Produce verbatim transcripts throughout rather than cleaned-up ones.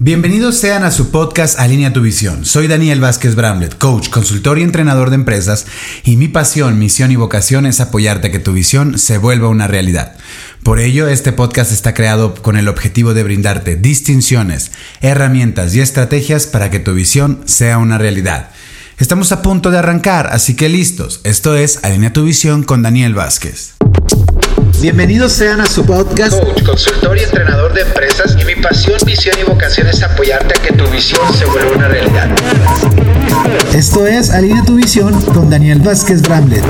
Bienvenidos sean a su podcast Alinea tu Visión. Soy Daniel Vázquez Bramlett, coach, consultor y entrenador de empresas, y mi pasión, misión y vocación es apoyarte a que tu visión se vuelva una realidad. Por ello, este podcast está creado con el objetivo de brindarte distinciones, herramientas y estrategias para que tu visión sea una realidad. Estamos a punto de arrancar, así que listos. Esto es Alinea tu Visión con Daniel Vázquez. Bienvenidos sean a su podcast Coach, consultor y entrenador de empresas, y mi pasión, misión y vocación es apoyarte a que tu visión se vuelva una realidad. Esto es Alinea tu Visión con Daniel Vázquez Bramlett.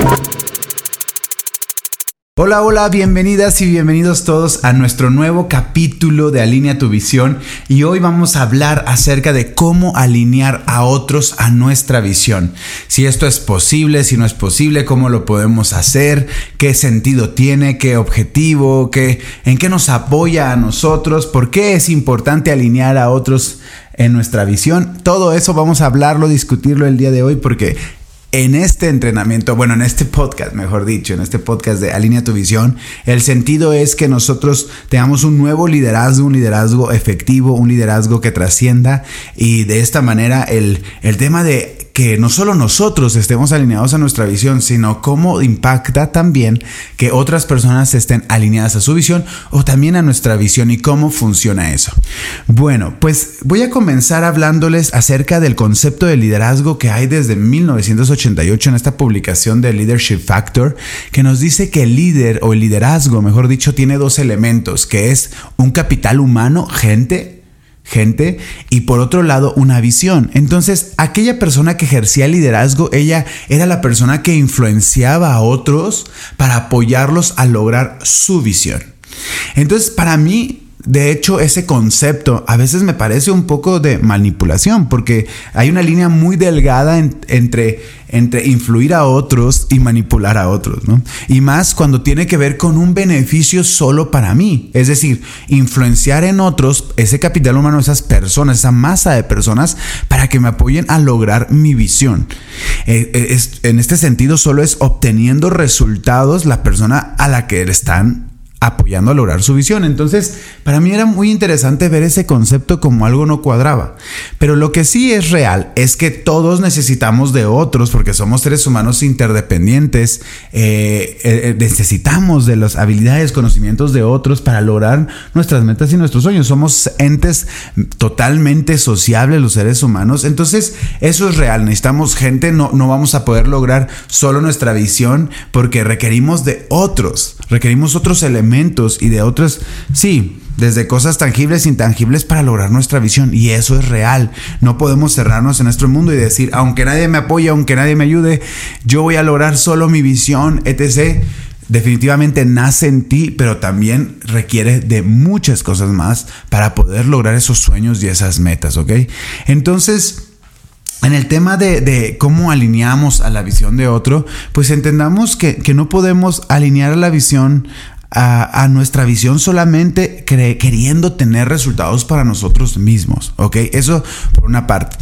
Hola, hola, bienvenidas y bienvenidos todos a nuestro nuevo capítulo de Alinea tu Visión, y hoy vamos a hablar acerca de cómo alinear a otros a nuestra visión. Si esto es posible, si no es posible, cómo lo podemos hacer, qué sentido tiene, qué objetivo, qué, en qué nos apoya a nosotros, por qué es importante alinear a otros en nuestra visión. Todo eso vamos a hablarlo, discutirlo el día de hoy, porque en este entrenamiento, bueno, en este podcast, mejor dicho, en este podcast de Alinea tu Visión, el sentido es que nosotros tengamos un nuevo liderazgo, un liderazgo efectivo, un liderazgo que trascienda, y de esta manera el, el tema de que no solo nosotros estemos alineados a nuestra visión, sino cómo impacta también que otras personas estén alineadas a su visión o también a nuestra visión, y cómo funciona eso. Bueno, pues voy a comenzar hablándoles acerca del concepto de liderazgo que hay desde mil novecientos ochenta y ocho en esta publicación de Leadership Factor, que nos dice que el líder o el liderazgo, mejor dicho, tiene dos elementos, que es un capital humano, gente, gente, y por otro lado una visión. Entonces, aquella persona que ejercía liderazgo, ella era la persona que influenciaba a otros para apoyarlos a lograr su visión. Entonces, para mí, de hecho, ese concepto a veces me parece un poco de manipulación, porque hay una línea muy delgada en, entre, entre influir a otros y manipular a otros, ¿no? Y más cuando tiene que ver con un beneficio solo para mí. Es decir, influenciar en otros, ese capital humano, esas personas, esa masa de personas, para que me apoyen a lograr mi visión. Eh, es, en este sentido, solo es obteniendo resultados la persona a la que están apoyando a lograr su visión. Entonces, para mí era muy interesante ver ese concepto como algo no cuadraba. Pero lo que sí es real es que todos necesitamos de otros, porque somos seres humanos interdependientes. Eh, eh, necesitamos de las habilidades, conocimientos de otros para lograr nuestras metas y nuestros sueños. Somos entes totalmente sociables los seres humanos. Entonces, eso es real. Necesitamos gente. No, no vamos a poder lograr solo nuestra visión, porque requerimos de otros. Requerimos otros elementos y de otras, sí, desde cosas tangibles e intangibles para lograr nuestra visión, y eso es real. No podemos cerrarnos en nuestro mundo y decir, aunque nadie me apoye, aunque nadie me ayude, yo voy a lograr solo mi visión, etcétera. Definitivamente nace en ti, pero también requiere de muchas cosas más para poder lograr esos sueños y esas metas, ¿ok? Entonces, en el tema de, de cómo alineamos a la visión de otro, pues entendamos que, que no podemos alinear a la visión A, a nuestra visión solamente cre- queriendo tener resultados para nosotros mismos, ¿ok? Eso por una parte.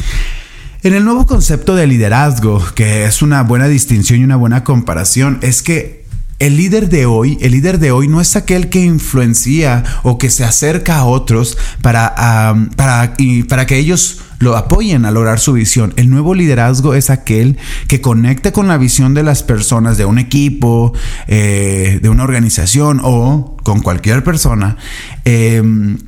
En el nuevo concepto de liderazgo, que es una buena distinción y una buena comparación, es que el líder de hoy, el líder de hoy no es aquel que influencia o que se acerca a otros para, um, para, y para que ellos lo apoyen a lograr su visión. El nuevo liderazgo es aquel que conecta con la visión de las personas, de un equipo, eh, de una organización o con cualquier persona, eh,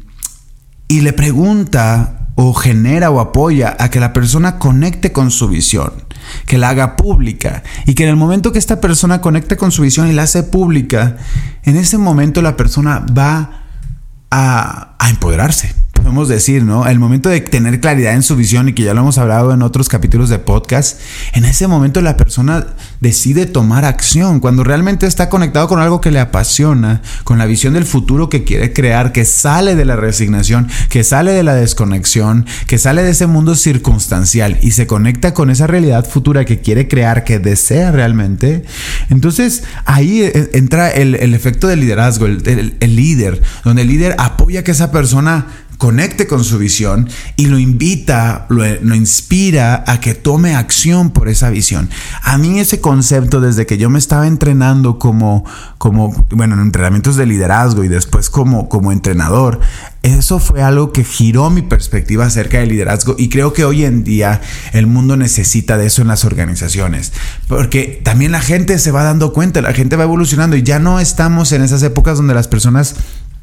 y le pregunta o genera o apoya a que la persona conecte con su visión, que la haga pública, y que en el momento que esta persona conecte con su visión y la hace pública, en ese momento la persona va a, a empoderarse. Podemos decir, ¿no? El momento de tener claridad en su visión, y que ya lo hemos hablado en otros capítulos de podcast, en ese momento la persona decide tomar acción, cuando realmente está conectado con algo que le apasiona, con la visión del futuro que quiere crear, que sale de la resignación, que sale de la desconexión, que sale de ese mundo circunstancial y se conecta con esa realidad futura que quiere crear, que desea realmente. Entonces ahí entra el, el efecto del liderazgo, el, el, el líder, donde el líder apoya que esa persona conecte con su visión y lo invita, lo, lo inspira a que tome acción por esa visión. A mí ese concepto, desde que yo me estaba entrenando como, como bueno, en entrenamientos de liderazgo y después como, como entrenador, eso fue algo que giró mi perspectiva acerca del liderazgo, y creo que hoy en día el mundo necesita de eso en las organizaciones, porque también la gente se va dando cuenta, la gente va evolucionando y ya no estamos en esas épocas donde las personas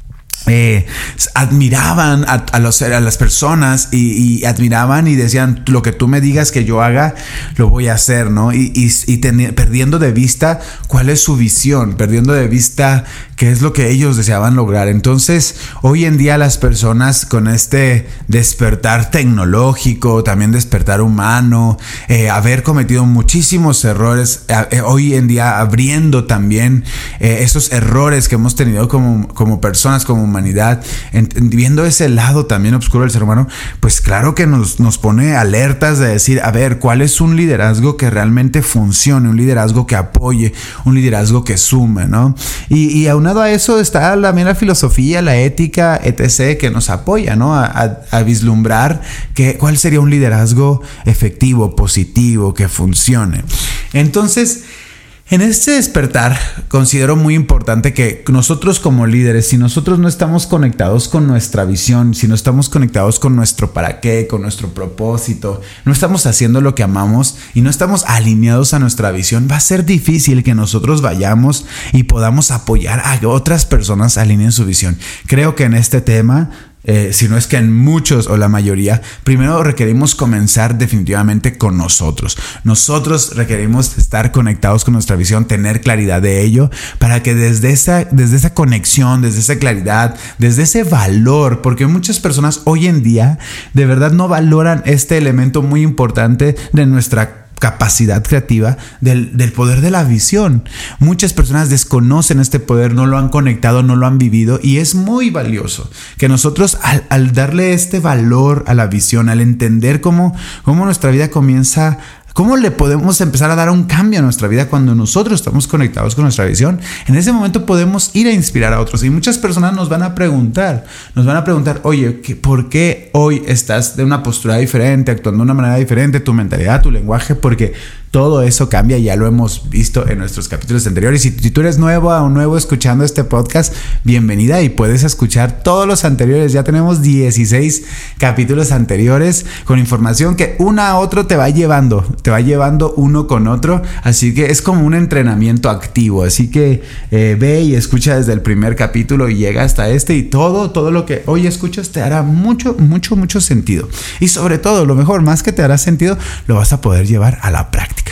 Eh, admiraban a, a, los, a las personas y, y admiraban y decían: lo que tú me digas que yo haga, lo voy a hacer, ¿no? Y, y, y ten, perdiendo de vista cuál es su visión, perdiendo de vista qué es lo que ellos deseaban lograr. Entonces, hoy en día las personas, con este despertar tecnológico, también despertar humano, eh, haber cometido muchísimos errores, eh, hoy en día abriendo también eh, esos errores que hemos tenido como, como personas, como humanidad, viendo ese lado también oscuro del ser humano, pues claro que nos, nos pone alertas de decir: a ver, ¿cuál es un liderazgo que realmente funcione? Un liderazgo que apoye, un liderazgo que sume, ¿no? Y, y aunado a eso está también la filosofía, la ética, etcétera, que nos apoya, ¿no? A, a, a vislumbrar que, cuál sería un liderazgo efectivo, positivo, que funcione. Entonces, en este despertar, considero muy importante que nosotros como líderes, si nosotros no estamos conectados con nuestra visión, si no estamos conectados con nuestro para qué, con nuestro propósito, no estamos haciendo lo que amamos y no estamos alineados a nuestra visión, va a ser difícil que nosotros vayamos y podamos apoyar a que otras personas alineen su visión. Creo que en este tema, Eh, si no es que en muchos o la mayoría, primero requerimos comenzar definitivamente con nosotros. Nosotros requerimos estar conectados con nuestra visión, tener claridad de ello, para que desde esa, desde esa conexión, desde esa claridad, desde ese valor, porque muchas personas hoy en día de verdad no valoran este elemento muy importante de nuestra capacidad creativa, del, del poder de la visión. Muchas personas desconocen este poder, no lo han conectado, no lo han vivido, y es muy valioso que nosotros al, al darle este valor a la visión, al entender cómo, cómo nuestra vida comienza, cómo le podemos empezar a dar un cambio a nuestra vida cuando nosotros estamos conectados con nuestra visión, en ese momento podemos ir a inspirar a otros. Y muchas personas nos van a preguntar, nos van a preguntar: oye, ¿por qué hoy estás de una postura diferente, actuando de una manera diferente, tu mentalidad, tu lenguaje? Porque todo eso cambia, ya lo hemos visto en nuestros capítulos anteriores. Y si tú eres nuevo o nuevo escuchando este podcast, bienvenida, y puedes escuchar todos los anteriores. Ya tenemos dieciséis capítulos anteriores con información que una a otro te va llevando, te va llevando uno con otro. Así que es como un entrenamiento activo. Así que eh, ve y escucha desde el primer capítulo y llega hasta este, y todo, todo lo que hoy escuchas te hará mucho, mucho, mucho sentido. Y sobre todo, lo mejor, más que te hará sentido, lo vas a poder llevar a la práctica.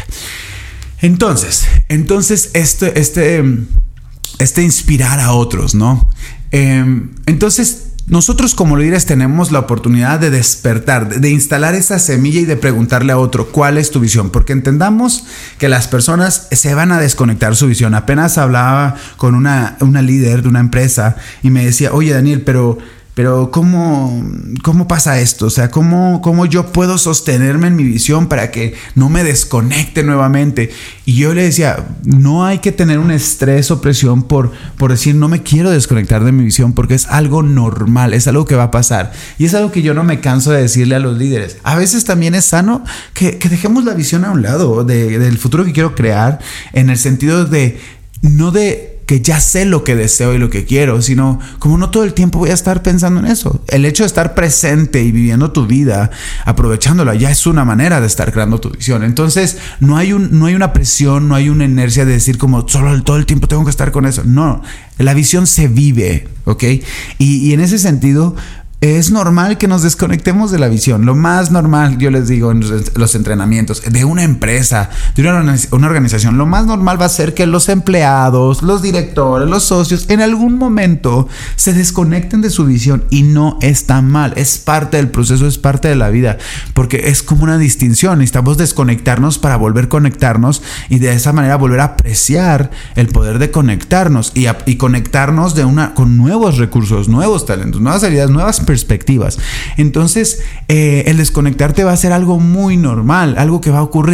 Entonces, entonces este, este, este inspirar a otros, ¿no? Eh, entonces, nosotros como líderes tenemos la oportunidad de despertar, de, de instalar esa semilla y de preguntarle a otro: ¿cuál es tu visión? Porque entendamos que las personas se van a desconectar su visión. Apenas hablaba con una, una líder de una empresa y me decía: oye, Daniel, pero... Pero ¿cómo, cómo pasa esto? O sea, ¿cómo, ¿cómo yo puedo sostenerme en mi visión para que no me desconecte nuevamente? Y yo le decía: no hay que tener un estrés o presión por, por decir no me quiero desconectar de mi visión, porque es algo normal, es algo que va a pasar. Y es algo que yo no me canso de decirle a los líderes. A veces también es sano que, que dejemos la visión a un lado de, del futuro que quiero crear, en el sentido de no de... que ya sé lo que deseo y lo que quiero, sino como no todo el tiempo voy a estar pensando en eso. El hecho de estar presente y viviendo tu vida, aprovechándola, ya es una manera de estar creando tu visión. Entonces no hay, un, no hay una presión, no hay una inercia de decir como solo todo el tiempo tengo que estar con eso. No, la visión se vive, ¿ok? Y, y en ese sentido... es normal que nos desconectemos de la visión. Lo más normal, yo les digo en los entrenamientos de una empresa, de una organización, lo más normal va a ser que los empleados, los directores, los socios en algún momento se desconecten de su visión, y no está mal, es parte del proceso, es parte de la vida, porque es como una distinción. Necesitamos desconectarnos para volver a conectarnos, y de esa manera volver a apreciar el poder de conectarnos y, a, y conectarnos de una, con nuevos recursos, nuevos talentos, nuevas habilidades, nuevas perspectivas. Entonces, eh, el desconectarte va a ser algo muy normal, algo que va a ocurrir.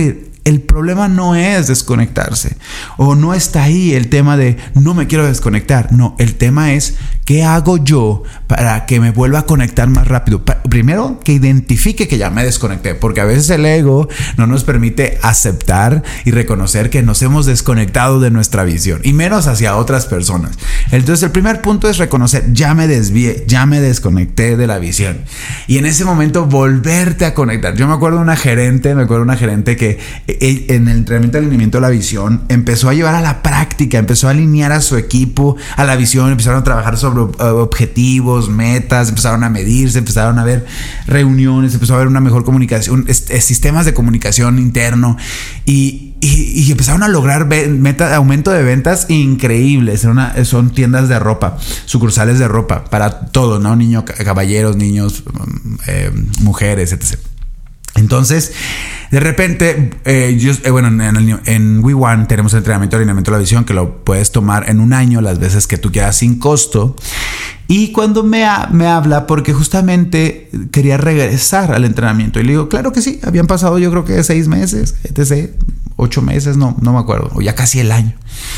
el problema no es desconectarse o no está ahí el tema de no me quiero desconectar. No, el tema es ¿qué hago yo para que me vuelva a conectar más rápido? Primero, que identifique que ya me desconecté, porque a veces el ego no nos permite aceptar y reconocer que nos hemos desconectado de nuestra visión, y menos hacia otras personas. Entonces, el primer punto es reconocer, ya me desvié, ya me desconecté de la visión. Y en ese momento, volverte a conectar. Yo me acuerdo de una gerente, me acuerdo de una gerente que en el entrenamiento de alineamiento de la visión empezó a llevar a la práctica, empezó a alinear a su equipo a la visión, empezaron a trabajar sobre objetivos, metas, empezaron a medirse, empezaron a ver reuniones, empezó a haber una mejor comunicación, sistemas de comunicación interno y, y, y empezaron a lograr meta, aumento de ventas increíbles. Una, son tiendas de ropa, sucursales de ropa para todo, ¿no? Niños, caballeros, niños, eh, mujeres, etcétera. Entonces, de repente, eh, yo, eh, bueno, en, en We One tenemos el entrenamiento de alineamiento de la visión que lo puedes tomar en un año, las veces que tú quieras, sin costo. Y cuando me, ha, me habla, porque justamente quería regresar al entrenamiento, y le digo, claro que sí, habían pasado yo creo que seis meses, etcétera, ocho meses, no, no me acuerdo, o ya casi el año.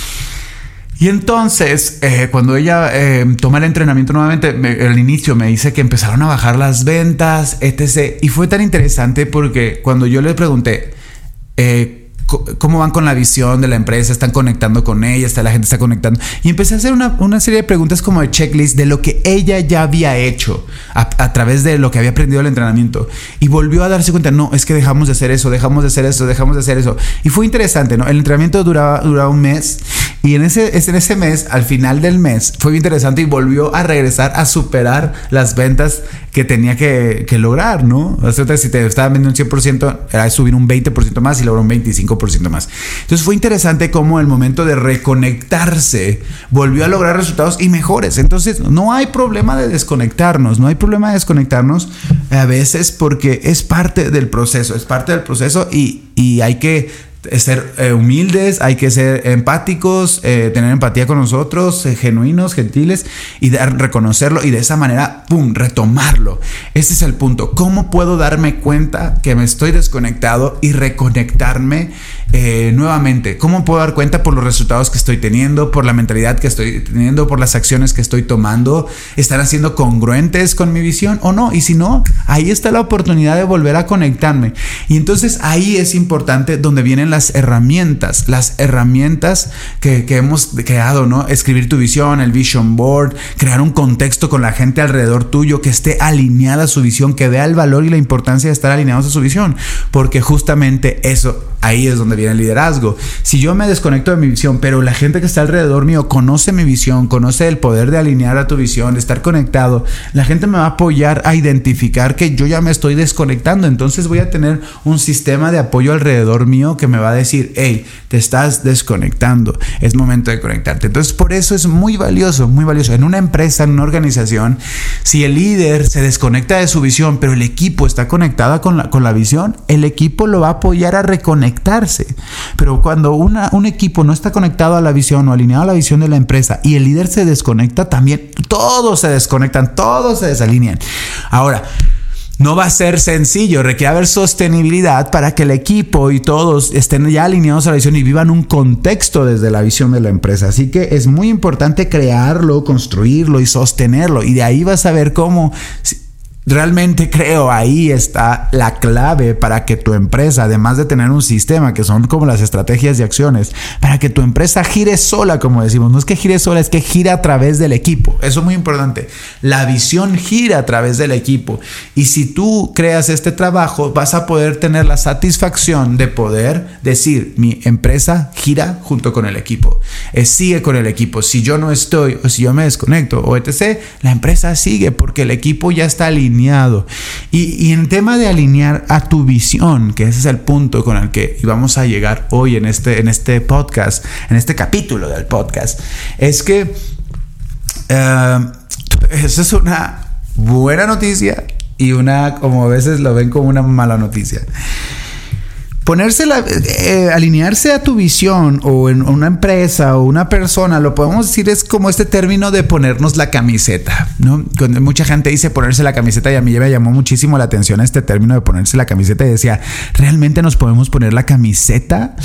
Y entonces, eh, cuando ella eh, toma el entrenamiento nuevamente, me, al inicio me dice que empezaron a bajar las ventas, etcétera. Y fue tan interesante porque cuando yo le pregunté eh, cómo van con la visión de la empresa, están conectando con ella, está, la gente está conectando. Y empecé a hacer una, una serie de preguntas como de checklist de lo que ella ya había hecho a, a través de lo que había aprendido el entrenamiento. Y volvió a darse cuenta, no, es que dejamos de hacer eso, dejamos de hacer eso, dejamos de hacer eso. Y fue interesante, ¿no? El entrenamiento duraba, duraba un mes. Y en ese, en ese mes, al final del mes, fue bien interesante y volvió a regresar a superar las ventas que tenía que, que lograr, ¿no? O sea, si te estaban vendiendo un cien por ciento, era subir un veinte por ciento más y logró un veinticinco por ciento más. Entonces fue interesante cómo el momento de reconectarse volvió a lograr resultados y mejores. Entonces no hay problema de desconectarnos, no hay problema de desconectarnos a veces porque es parte del proceso, es parte del proceso y, y hay que ser eh, humildes, hay que ser empáticos, eh, tener empatía con nosotros, eh, genuinos, gentiles y dar, reconocerlo y de esa manera, pum, retomarlo. Ese es el punto. ¿Cómo puedo darme cuenta que me estoy desconectado y reconectarme eh, nuevamente? ¿Cómo puedo dar cuenta por los resultados que estoy teniendo, por la mentalidad que estoy teniendo, por las acciones que estoy tomando? ¿Están siendo congruentes con mi visión o no? Y si no, ahí está la oportunidad de volver a conectarme. Y entonces ahí es importante donde vienen las herramientas, las herramientas que, que hemos creado, ¿no? Escribir tu visión, el vision board, crear un contexto con la gente alrededor tuyo que esté alineada a su visión, que vea el valor y la importancia de estar alineados a su visión, porque justamente eso, ahí es donde viene el liderazgo. Si yo me desconecto de mi visión, pero la gente que está alrededor mío conoce mi visión, conoce el poder de alinear a tu visión, de estar conectado, la gente me va a apoyar a identificar que yo ya me estoy desconectando. Entonces voy a tener un sistema de apoyo alrededor mío que me va a decir, hey, te estás desconectando, es momento de conectarte. Entonces por eso es muy valioso, muy valioso. En una empresa, en una organización, si el líder se desconecta de su visión, pero el equipo está conectado con la, con la visión, el equipo lo va a apoyar a reconectarse. Pero cuando una, un equipo no está conectado a la visión o alineado a la visión de la empresa y el líder se desconecta, también todos se desconectan, todos se desalinean. Ahora, no va a ser sencillo, requiere haber sostenibilidad para que el equipo y todos estén ya alineados a la visión y vivan un contexto desde la visión de la empresa. Así que es muy importante crearlo, construirlo y sostenerlo. Y de ahí vas a ver cómo... Realmente creo ahí está la clave para que tu empresa, además de tener un sistema que son como las estrategias y acciones, para que tu empresa gire sola, como decimos. No es que gire sola, es que gira a través del equipo. Eso es muy importante. La visión gira a través del equipo. Y si tú creas este trabajo, vas a poder tener la satisfacción de poder decir, mi empresa gira junto con el equipo. Eh, sigue con el equipo. Si yo no estoy, o si yo me desconecto, o etcétera, la empresa sigue porque el equipo ya está alineado. Y, y en tema de alinear a tu visión, que ese es el punto con el que vamos a llegar hoy en este, en este podcast, en este capítulo del podcast, es que uh, esa es una buena noticia y una, como a veces lo ven como una mala noticia. Ponerse la, eh, alinearse a tu visión o en una empresa o una persona, lo podemos decir, es como este término de ponernos la camiseta, ¿no? Cuando mucha gente dice ponerse la camiseta, y a mí me llamó muchísimo la atención este término de ponerse la camiseta, y decía, ¿realmente nos podemos poner la camiseta?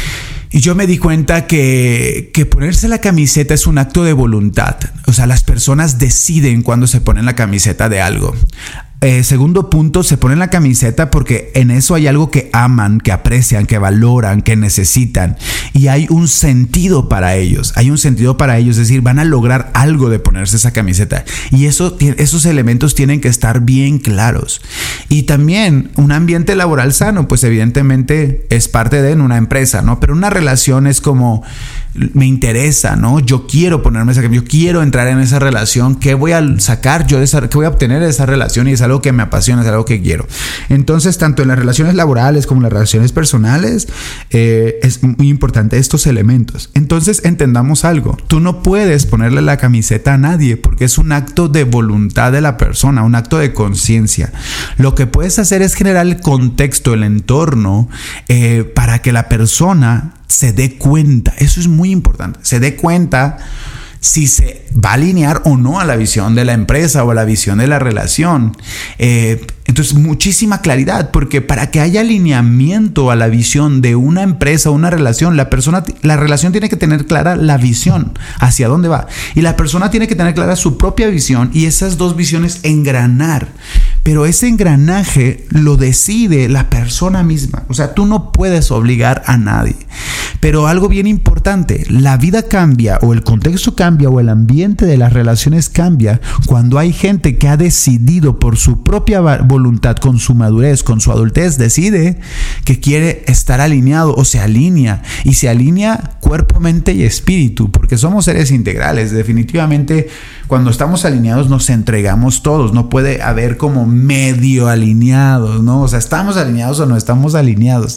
Y yo me di cuenta que, que ponerse la camiseta es un acto de voluntad. O sea, las personas deciden cuando se ponen la camiseta de algo. Eh, segundo punto, se ponen la camiseta porque en eso hay algo que aman, que aprecian, que valoran, que necesitan. Y hay un sentido para ellos. Hay un sentido para ellos. Es decir, van a lograr algo de ponerse esa camiseta. Y eso, esos elementos tienen que estar bien claros. Y también un ambiente laboral sano, pues evidentemente es parte de en una empresa, ¿no? Pero una relación es como, me interesa, ¿no? Yo quiero ponerme esa camiseta, yo quiero entrar en esa relación. ¿Qué voy a sacar yo de esa, qué voy a obtener de esa relación? Y es algo que me apasiona, es algo que quiero. Entonces, tanto en las relaciones laborales como en las relaciones personales, eh, es muy importante estos elementos. Entonces, entendamos algo. Tú no puedes ponerle la camiseta a nadie porque es un acto de voluntad de la persona, un acto de conciencia. Lo que puedes hacer es generar el contexto, el entorno, eh, para que la persona se dé cuenta. Eso es muy importante. Se dé cuenta si se va a alinear o no a la visión de la empresa o a la visión de la relación. Eh, entonces, muchísima claridad, porque para que haya alineamiento a la visión de una empresa o una relación, la persona, la relación tiene que tener clara la visión, hacia dónde va. Y la persona tiene que tener clara su propia visión y esas dos visiones engranar. Pero ese engranaje lo decide la persona misma. O sea, tú no puedes obligar a nadie. Pero algo bien importante, la vida cambia o el contexto cambia o el ambiente de las relaciones cambia cuando hay gente que ha decidido por su propia voluntad, con su madurez, con su adultez, decide que quiere estar alineado o se alinea. Y se alinea cuerpo, mente y espíritu, porque somos seres integrales. Definitivamente, cuando estamos alineados nos entregamos todos. No puede haber como medio alineados, ¿no? O sea, ¿estamos alineados o no estamos alineados?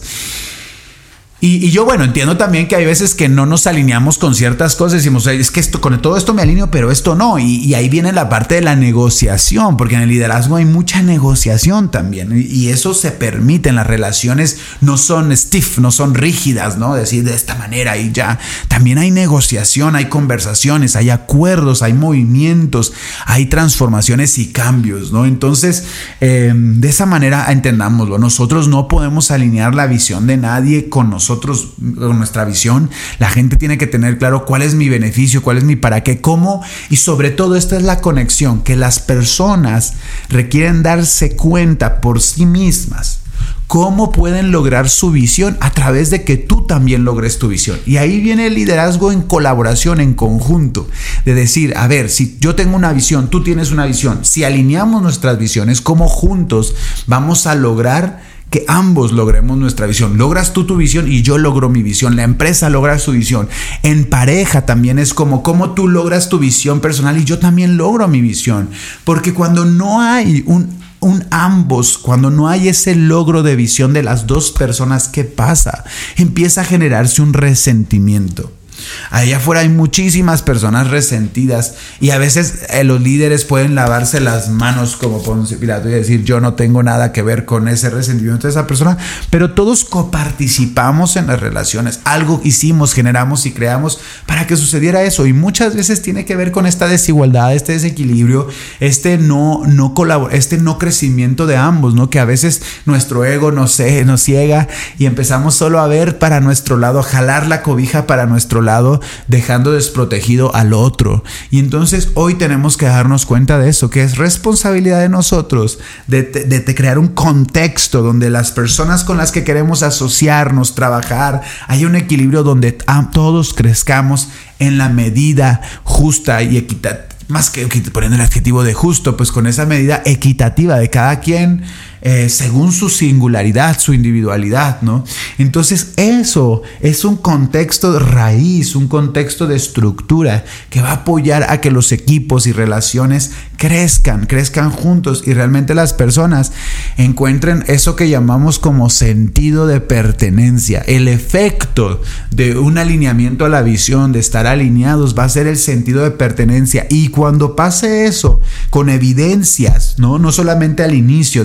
Y, y yo, bueno, entiendo también que hay veces que no nos alineamos con ciertas cosas. Decimos, es que esto, con todo esto me alineo, pero esto no. Y, y ahí viene la parte de la negociación, porque en el liderazgo hay mucha negociación también. Y, y eso se permite en las relaciones. No son stiff, no son rígidas, ¿no? Decir de esta manera y ya. También hay negociación, hay conversaciones, hay acuerdos, hay movimientos, hay transformaciones y cambios, ¿no? Entonces, eh, de esa manera entendámoslo. Nosotros no podemos alinear la visión de nadie con nosotros. Nosotros, con nuestra visión, la gente tiene que tener claro cuál es mi beneficio, cuál es mi para qué, cómo, y sobre todo esta es la conexión, que las personas requieren darse cuenta por sí mismas cómo pueden lograr su visión a través de que tú también logres tu visión. Y ahí viene el liderazgo en colaboración, en conjunto, de decir, a ver, si yo tengo una visión, tú tienes una visión, si alineamos nuestras visiones, ¿cómo juntos vamos a lograr que ambos logremos nuestra visión? Logras tú tu visión y yo logro mi visión. La empresa logra su visión. En pareja también es como cómo tú logras tu visión personal y yo también logro mi visión. Porque cuando no hay un, un ambos, cuando no hay ese logro de visión de las dos personas, ¿qué pasa? Empieza a generarse un resentimiento. Allá afuera hay muchísimas personas resentidas y a veces eh, los líderes pueden lavarse las manos como Poncio Pilato y decir, yo no tengo nada que ver con ese resentimiento de esa persona, pero todos coparticipamos en las relaciones, algo hicimos, generamos y creamos para que sucediera eso, y muchas veces tiene que ver con esta desigualdad, este desequilibrio, este no, no colabor- este no crecimiento de ambos, ¿no? Que a veces nuestro ego nos, eh, nos ciega y empezamos solo a ver para nuestro lado, a jalar la cobija para nuestro lado, dejando desprotegido al otro. Y entonces hoy tenemos que darnos cuenta de eso, que es responsabilidad de nosotros de, de, de crear un contexto donde las personas con las que queremos asociarnos, trabajar, haya un equilibrio donde todos crezcamos en la medida justa y equitativa. Más que poniendo el adjetivo de justo, pues con esa medida equitativa de cada quien, eh, según su singularidad, su individualidad, ¿no? Entonces eso es un contexto de raíz, un contexto de estructura que va a apoyar a que los equipos y relaciones crezcan, crezcan juntos y realmente las personas encuentren eso que llamamos como sentido de pertenencia. El efecto de un alineamiento a la visión, de estar alineados, va a ser el sentido de pertenencia. Y cuando pase eso, con evidencias, ¿no? No solamente al inicio de que decir,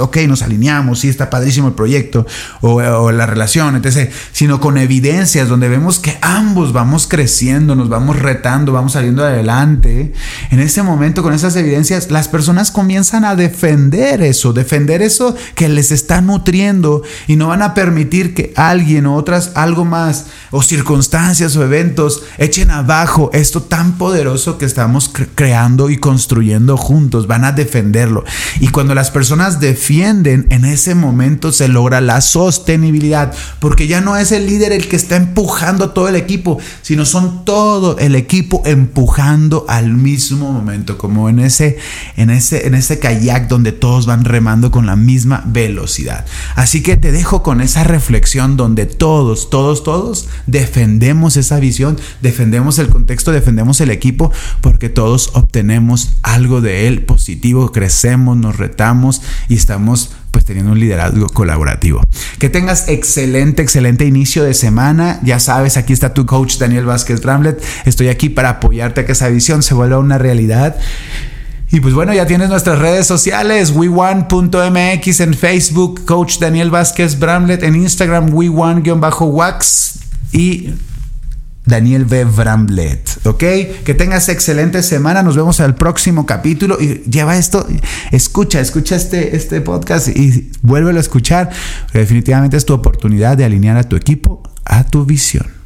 ok, nos alineamos, sí, está padrísimo el proyecto o, o la relación, etcétera, sino con evidencias donde vemos que ambos vamos creciendo, nos vamos retando, vamos saliendo adelante. En ese momento, con esas evidencias, las personas comienzan a defender eso, defender eso que les está nutriendo, y no van a permitir que alguien o otras, algo más, o circunstancias o eventos echen abajo esto tan poderoso que estamos cre- creando y construyendo juntos. Van a defenderlo. Y cuando las personas defienden, en ese momento se logra la sostenibilidad, porque ya no es el líder el que está empujando a todo el equipo, sino son todo el equipo empujando al mismo momento, como en ese, en ese, en ese kayak donde todos van remando con la misma velocidad. Así que te dejo con esa reflexión donde todos, todos, todos defendemos esa visión, defendemos el contexto, defendemos el equipo, porque todos obtenemos algo de él positivo, crecemos, nos retamos y estamos pues teniendo un liderazgo colaborativo. Que tengas excelente, excelente inicio de semana. Ya sabes, aquí está tu coach Daniel Vázquez Bramlett. Estoy aquí para apoyarte a que esa visión se vuelva una realidad. Y pues bueno, ya tienes nuestras redes sociales, we one punto m x en Facebook, Coach Daniel Vázquez Bramlett, en Instagram, we one guión bajo wax y Daniel V. Bramlett, ¿ok? Que tengas excelente semana, nos vemos al próximo capítulo y lleva esto, escucha, escucha este, este podcast y vuélvelo a escuchar, porque definitivamente es tu oportunidad de alinear a tu equipo a tu visión.